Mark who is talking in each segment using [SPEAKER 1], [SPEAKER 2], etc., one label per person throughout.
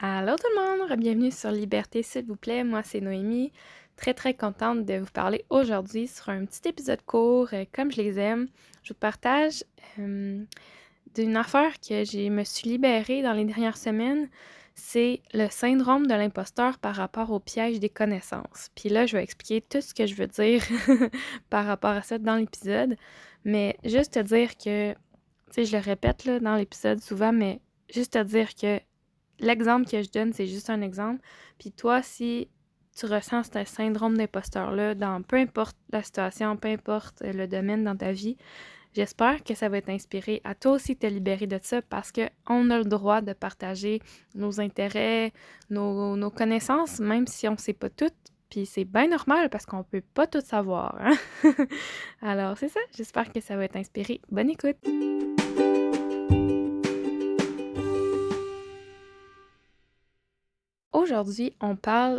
[SPEAKER 1] Allô tout le monde, bienvenue sur Liberté s'il vous plaît, moi c'est Noémie, très contente de vous parler aujourd'hui sur un petit épisode court, comme je les aime. Je vous partage d'une affaire que je me suis libérée dans les dernières semaines, c'est le syndrome de l'imposteur par rapport au piège des connaissances. Puis là, je vais expliquer tout ce que je veux dire par rapport à ça dans l'épisode, mais juste te dire que, tu sais, je le répète là dans l'épisode souvent, mais juste te dire que l'exemple que je donne, c'est juste un exemple. Puis toi, si tu ressens ce syndrome d'imposteur-là dans peu importe la situation, peu importe le domaine dans ta vie, j'espère que ça va t'inspirer à toi aussi te libérer de ça parce qu'on a le droit de partager nos intérêts, nos connaissances, même si on ne sait pas tout. Puis c'est bien normal parce qu'on peut pas tout savoir, hein? Alors c'est ça, j'espère que ça va t'inspirer. Bonne écoute! Aujourd'hui, on parle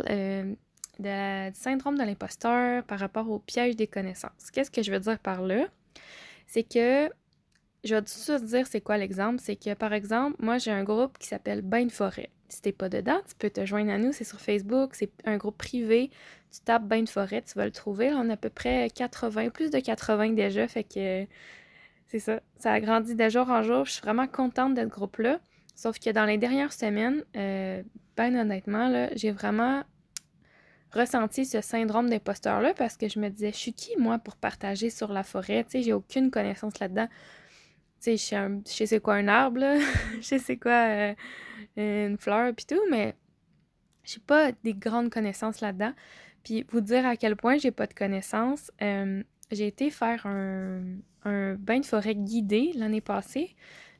[SPEAKER 1] du syndrome de l'imposteur par rapport au piège des connaissances. Qu'est-ce que je veux dire par là? C'est que, je vais tout de suite dire c'est quoi l'exemple. C'est que, par exemple, moi, j'ai un groupe qui s'appelle Bain de forêt. Si t'es pas dedans, tu peux te joindre à nous. C'est sur Facebook. C'est un groupe privé. Tu tapes Bain de forêt, tu vas le trouver. Là, on a à peu près 80, plus de 80 déjà. Fait que c'est ça. Ça a grandi de jour en jour. Je suis vraiment contente de ce groupe-là. Sauf que dans les dernières semaines, ben honnêtement, là, j'ai vraiment ressenti ce syndrome d'imposteur-là parce que je me disais, je suis qui, moi, pour partager sur la forêt? Tu sais, j'ai aucune connaissance là-dedans. Tu sais, je sais c'est quoi un arbre, là. Je sais c'est quoi une fleur, puis tout, mais j'ai pas des grandes connaissances là-dedans. Puis vous dire à quel point j'ai pas de connaissances, j'ai été faire un bain de forêt guidé l'année passée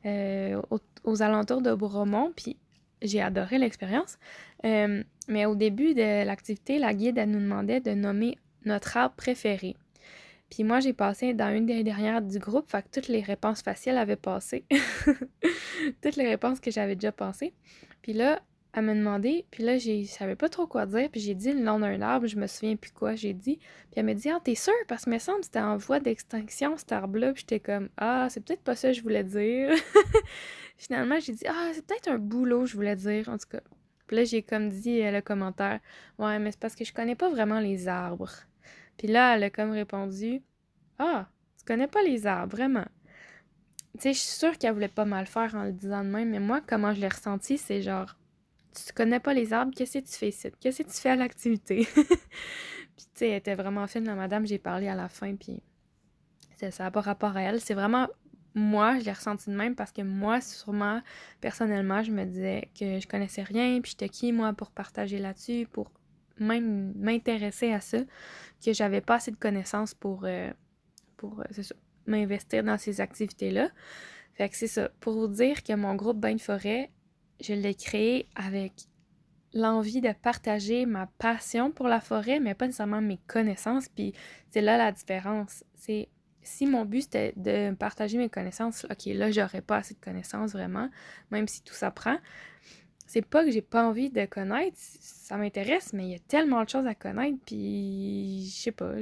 [SPEAKER 1] aux alentours de Bromont, puis j'ai adoré l'expérience. Mais au début de l'activité, la guide, elle nous demandait de nommer notre arbre préféré. Puis moi, j'ai passé dans une des dernières du groupe, fait que toutes les réponses faciles avaient passé. Toutes les réponses que j'avais déjà pensées. Puis là, elle m'a demandé, puis là, je savais pas trop quoi dire, puis j'ai dit le nom d'un arbre, je me souviens plus quoi j'ai dit. Puis elle m'a dit, ah, t'es sûre? Parce que me semble que c'était en voie d'extinction, cet arbre-là. Puis j'étais comme, ah, c'est peut-être pas ça que je voulais dire. Finalement, j'ai dit, ah, c'est peut-être un bouleau, je voulais dire, en tout cas. Puis là, j'ai comme dit le commentaire, ouais, mais c'est parce que je connais pas vraiment les arbres. Puis là, elle a comme répondu, ah, tu connais pas les arbres, vraiment. Tu sais, je suis sûre qu'elle voulait pas mal faire en le disant de même, mais moi, comment je l'ai ressenti, c'est genre, tu connais pas les arbres, qu'est-ce que tu fais ici? Qu'est-ce que tu fais à l'activité? Puis, tu sais, elle était vraiment fine, la madame, j'ai parlé à la fin, puis ça n'a pas rapport à elle. C'est vraiment, moi, je l'ai ressenti de même parce que moi, sûrement, personnellement, je me disais que je connaissais rien, puis j'étais qui, moi, pour partager là-dessus, pour même m'intéresser à ça, que j'avais pas assez de connaissances pour c'est ça, m'investir dans ces activités-là. Fait que c'est ça. Pour vous dire que mon groupe Bain de forêt, je l'ai créé avec l'envie de partager ma passion pour la forêt, mais pas nécessairement mes connaissances. Puis c'est là la différence. C'est si mon but c'était de partager mes connaissances, ok, là j'aurais pas assez de connaissances vraiment, même si tout s'apprend. C'est pas que j'ai pas envie de connaître, ça m'intéresse, mais il y a tellement de choses à connaître, puis je sais pas,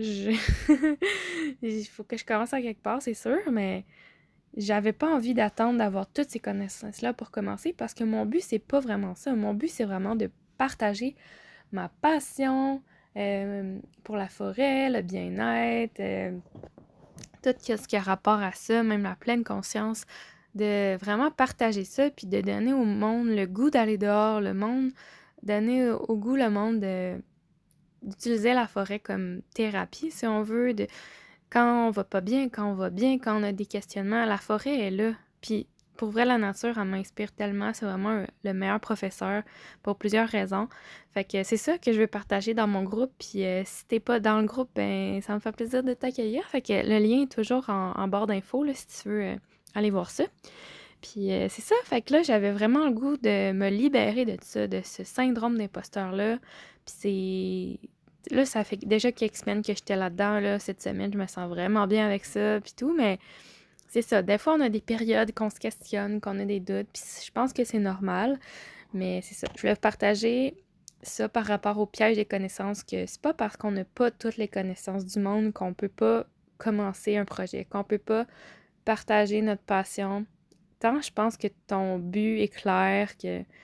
[SPEAKER 1] il faut que je commence à quelque part, c'est sûr, mais j'avais pas envie d'attendre d'avoir toutes ces connaissances-là pour commencer parce que mon but, c'est pas vraiment ça. Mon but, c'est vraiment de partager ma passion pour la forêt, le bien-être, tout ce qui a rapport à ça, même la pleine conscience, de vraiment partager ça, puis de donner au monde le goût d'aller dehors, le monde, donner au goût le monde d'utiliser la forêt comme thérapie, si on veut, de quand on va pas bien, quand on va bien, quand on a des questionnements, la forêt est là. Puis pour vrai, la nature, elle m'inspire tellement. C'est vraiment le meilleur professeur pour plusieurs raisons. Fait que c'est ça que je veux partager dans mon groupe. Puis si t'es pas dans le groupe, ben ça me fait plaisir de t'accueillir. Fait que le lien est toujours en barre d'infos, là, si tu veux aller voir ça. Puis c'est ça, fait que là, j'avais vraiment le goût de me libérer de ça, de ce syndrome d'imposteur-là. Puis c'est... Là, ça fait déjà quelques semaines que j'étais là-dedans, là. Cette semaine, je me sens vraiment bien avec ça, puis tout, mais c'est ça. Des fois, on a des périodes qu'on se questionne, qu'on a des doutes, puis je pense que c'est normal, mais c'est ça. Je voulais partager ça par rapport au piège des connaissances, que c'est pas parce qu'on n'a pas toutes les connaissances du monde qu'on peut pas commencer un projet, qu'on peut pas partager notre passion. Tant je pense que ton but est clair, que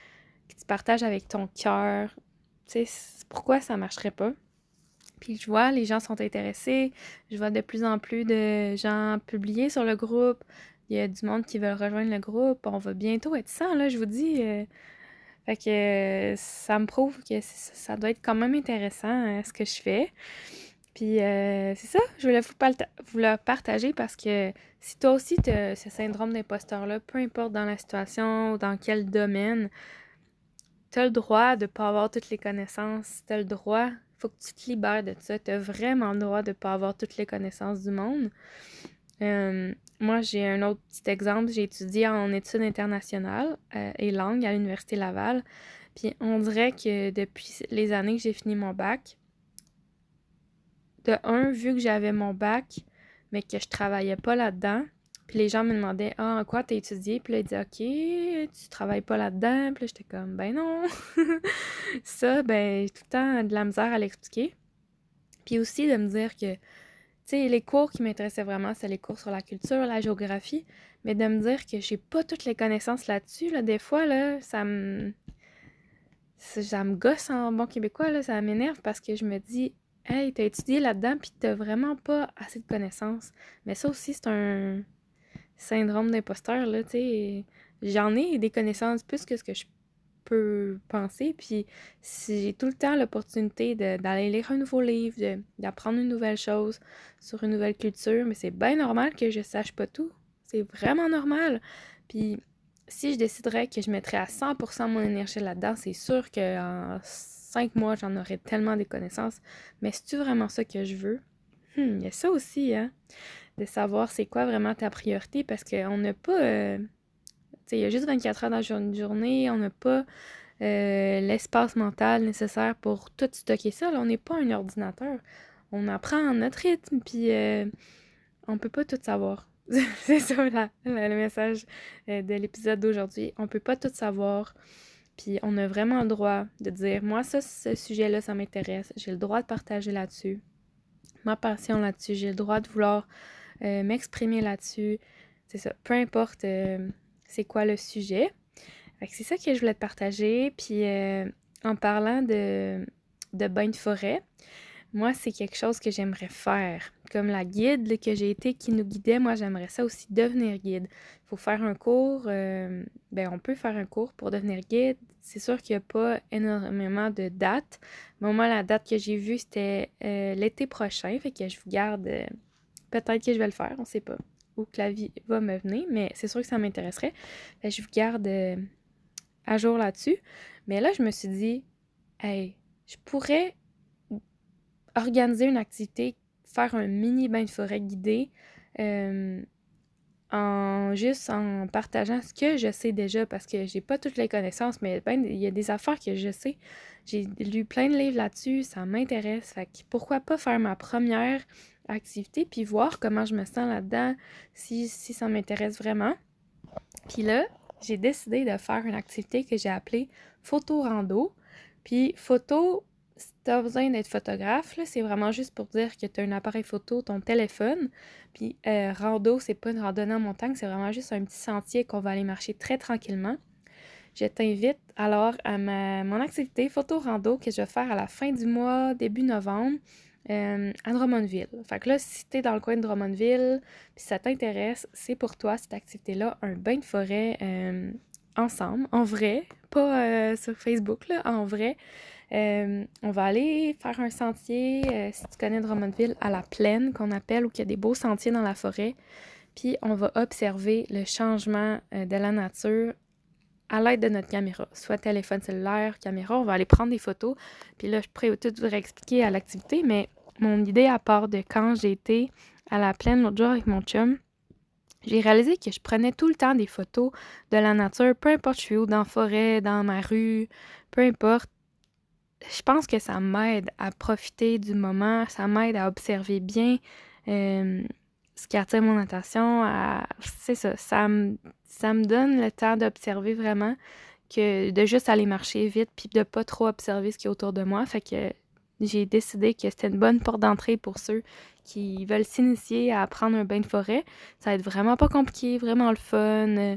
[SPEAKER 1] que tu partages avec ton cœur. Tu sais, pourquoi ça marcherait pas? Puis je vois, les gens sont intéressés. Je vois de plus en plus de gens publier sur le groupe. Il y a du monde qui veut rejoindre le groupe. On va bientôt être 100, là, je vous dis. Fait que ça me prouve que ça doit être quand même intéressant ce que je fais. Puis c'est ça, je voulais vous le partager parce que si toi aussi tu as ce syndrome d'imposteur-là, peu importe dans la situation ou dans quel domaine, tu as le droit de pas avoir toutes les connaissances, tu as le droit, faut que tu te libères de ça, tu as vraiment le droit de pas avoir toutes les connaissances du monde. Moi, j'ai un autre petit exemple, j'ai étudié en études internationales et langues à l'Université Laval, puis on dirait que depuis les années que j'ai fini mon bac, de un, vu que j'avais mon bac, mais que je travaillais pas là-dedans, puis les gens me demandaient « Ah, en quoi t'as étudié? » Puis là, ils disaient « Ok, tu travailles pas là-dedans. » Puis là, j'étais comme « Ben non! » Ça, ben, j'ai tout le temps de la misère à l'expliquer. Puis aussi de me dire que, tu sais, les cours qui m'intéressaient vraiment, c'est les cours sur la culture, la géographie, mais de me dire que j'ai pas toutes les connaissances là-dessus, là, des fois, là, ça me gosse en bon québécois, là, ça m'énerve parce que je me dis Hey, t'as étudié là-dedans puis t'as vraiment pas assez de connaissances. Mais ça aussi, c'est un syndrome d'imposteur, là, tu sais. J'en ai des connaissances plus que ce que je peux penser, puis si j'ai tout le temps l'opportunité d'aller lire un nouveau livre, d'apprendre une nouvelle chose sur une nouvelle culture, mais c'est bien normal que je sache pas tout. C'est vraiment normal. Puis si je déciderais que je mettrais à 100% mon énergie là-dedans, c'est sûr qu'en 5 mois, j'en aurais tellement des connaissances. Mais c'est-tu vraiment ça que je veux? Il y a ça aussi, hein? De savoir c'est quoi vraiment ta priorité, parce qu'on n'a pas... tu sais, il y a juste 24 heures dans une journée, on n'a pas l'espace mental nécessaire pour tout stocker ça. Là, on n'est pas un ordinateur. On apprend à notre rythme, puis on peut pas tout savoir. C'est ça le message de l'épisode d'aujourd'hui. On peut pas tout savoir, puis on a vraiment le droit de dire, moi, ça, ce sujet-là, ça m'intéresse. J'ai le droit de partager là-dessus. Ma passion là-dessus. J'ai le droit de vouloir m'exprimer là-dessus. C'est ça. Peu importe c'est quoi le sujet. Fait que c'est ça que je voulais te partager. Puis en parlant de bain de forêt, moi, c'est quelque chose que j'aimerais faire. Comme la guide là, que j'ai été qui nous guidait, moi, j'aimerais ça aussi devenir guide. Il faut faire un cours. On peut faire un cours pour devenir guide. C'est sûr qu'il n'y a pas énormément de dates. Mais moi, la date que j'ai vue, c'était l'été prochain. Fait que je vous garde... peut-être que je vais le faire, on sait pas où que la vie va me venir, mais c'est sûr que ça m'intéresserait. Fait que je vous garde à jour là-dessus. Mais là, je me suis dit, hey, je pourrais organiser une activité, faire un mini bain de forêt guidé, juste en partageant ce que je sais déjà, parce que j'ai pas toutes les connaissances, mais il y a des affaires que je sais. J'ai lu plein de livres là-dessus, ça m'intéresse. Fait que pourquoi pas faire ma première activité, puis voir comment je me sens là-dedans, si ça m'intéresse vraiment. Puis là, j'ai décidé de faire une activité que j'ai appelée photo rando. Puis photo, si t'as besoin d'être photographe, là, c'est vraiment juste pour dire que t'as un appareil photo, ton téléphone. Puis rando, c'est pas une randonnée en montagne, c'est vraiment juste un petit sentier qu'on va aller marcher très tranquillement. Je t'invite alors à mon activité photo rando que je vais faire à la fin du mois, début novembre, à Drummondville. Fait que là, si t'es dans le coin de Drummondville, puis ça t'intéresse, c'est pour toi cette activité-là, un bain de forêt ensemble, en vrai, pas sur Facebook, là, en vrai. On va aller faire un sentier, si tu connais Drummondville, à la plaine qu'on appelle, où il y a des beaux sentiers dans la forêt. Puis on va observer le changement de la nature à l'aide de notre caméra, soit téléphone cellulaire, caméra, on va aller prendre des photos. Puis là, je pourrais tout vous réexpliquer à l'activité, mais mon idée à part de quand j'ai été à la plaine l'autre jour avec mon chum, j'ai réalisé que je prenais tout le temps des photos de la nature, peu importe je suis où, dans la forêt, dans ma rue, peu importe. Je pense que ça m'aide à profiter du moment, ça m'aide à observer bien ce qui attire mon attention. C'est ça, ça me donne le temps d'observer vraiment que de juste aller marcher vite puis de pas trop observer ce qui est autour de moi. Fait que j'ai décidé que c'était une bonne porte d'entrée pour ceux qui veulent s'initier à prendre un bain de forêt. Ça va être vraiment pas compliqué, vraiment le fun.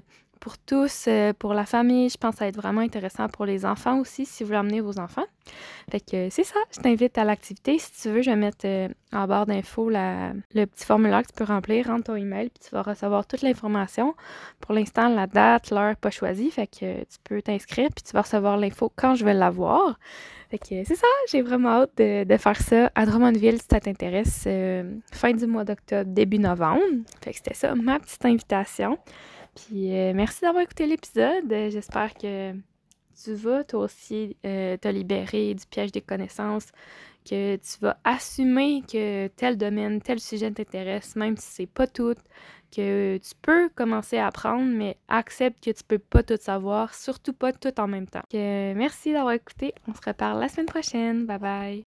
[SPEAKER 1] pour tous, pour la famille. Je pense que ça va être vraiment intéressant pour les enfants aussi, si vous voulez emmener vos enfants. Fait que c'est ça, je t'invite à l'activité. Si tu veux, je vais mettre en barre d'infos le petit formulaire que tu peux remplir, rentre ton email, puis tu vas recevoir toute l'information. Pour l'instant, la date, l'heure, pas choisie, fait que tu peux t'inscrire, puis tu vas recevoir l'info quand je vais l'avoir. Fait que c'est ça, j'ai vraiment hâte de faire ça à Drummondville si ça t'intéresse, fin du mois d'octobre, début novembre. Fait que c'était ça, ma petite invitation. Puis merci d'avoir écouté l'épisode. J'espère que tu vas toi aussi te libérer du piège des connaissances, que tu vas assumer que tel domaine, tel sujet t'intéresse, même si c'est pas tout, que tu peux commencer à apprendre, mais accepte que tu peux pas tout savoir, surtout pas tout en même temps. Merci d'avoir écouté. On se reparle la semaine prochaine. Bye bye!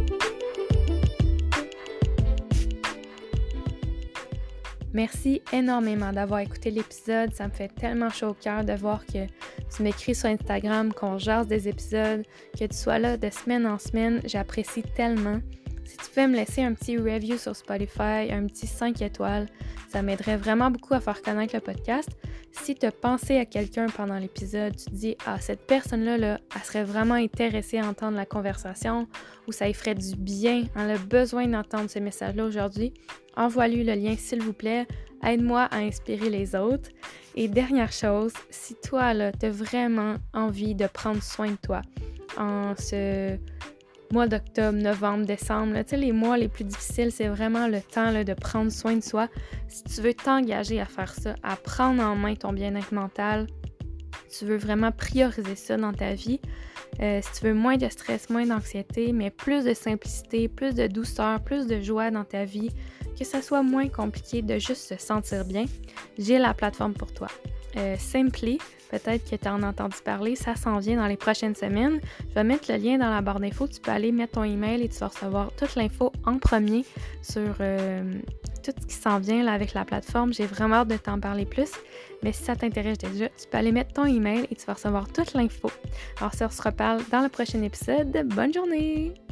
[SPEAKER 1] Merci énormément d'avoir écouté l'épisode. Ça me fait tellement chaud au cœur de voir que tu m'écris sur Instagram, qu'on jase des épisodes, que tu sois là de semaine en semaine. J'apprécie tellement. Si tu pouvais me laisser un petit review sur Spotify, un petit 5 étoiles, ça m'aiderait vraiment beaucoup à faire connaître le podcast. Si tu as pensé à quelqu'un pendant l'épisode, tu te dis « Ah, cette personne-là, elle serait vraiment intéressée à entendre la conversation ou ça lui ferait du bien, elle a besoin d'entendre ce message-là aujourd'hui », envoie-lui le lien s'il vous plaît. Aide-moi à inspirer les autres. Et dernière chose, si toi, tu as vraiment envie de prendre soin de toi en ce mois d'octobre, novembre, décembre, tu sais, les mois les plus difficiles, c'est vraiment le temps de prendre soin de soi. Si tu veux t'engager à faire ça, à prendre en main ton bien-être mental, tu veux vraiment prioriser ça dans ta vie, si tu veux moins de stress, moins d'anxiété, mais plus de simplicité, plus de douceur, plus de joie dans ta vie, que ça soit moins compliqué de juste se sentir bien, j'ai la plateforme pour toi. Simply, peut-être que tu en as entendu parler, ça s'en vient dans les prochaines semaines. Je vais mettre le lien dans la barre d'infos. Tu peux aller mettre ton email et tu vas recevoir toute l'info en premier sur tout ce qui s'en vient là, avec la plateforme. J'ai vraiment hâte de t'en parler plus. Mais si ça t'intéresse déjà, tu peux aller mettre ton email et tu vas recevoir toute l'info. Alors, ça, on se reparle dans le prochain épisode. Bonne journée!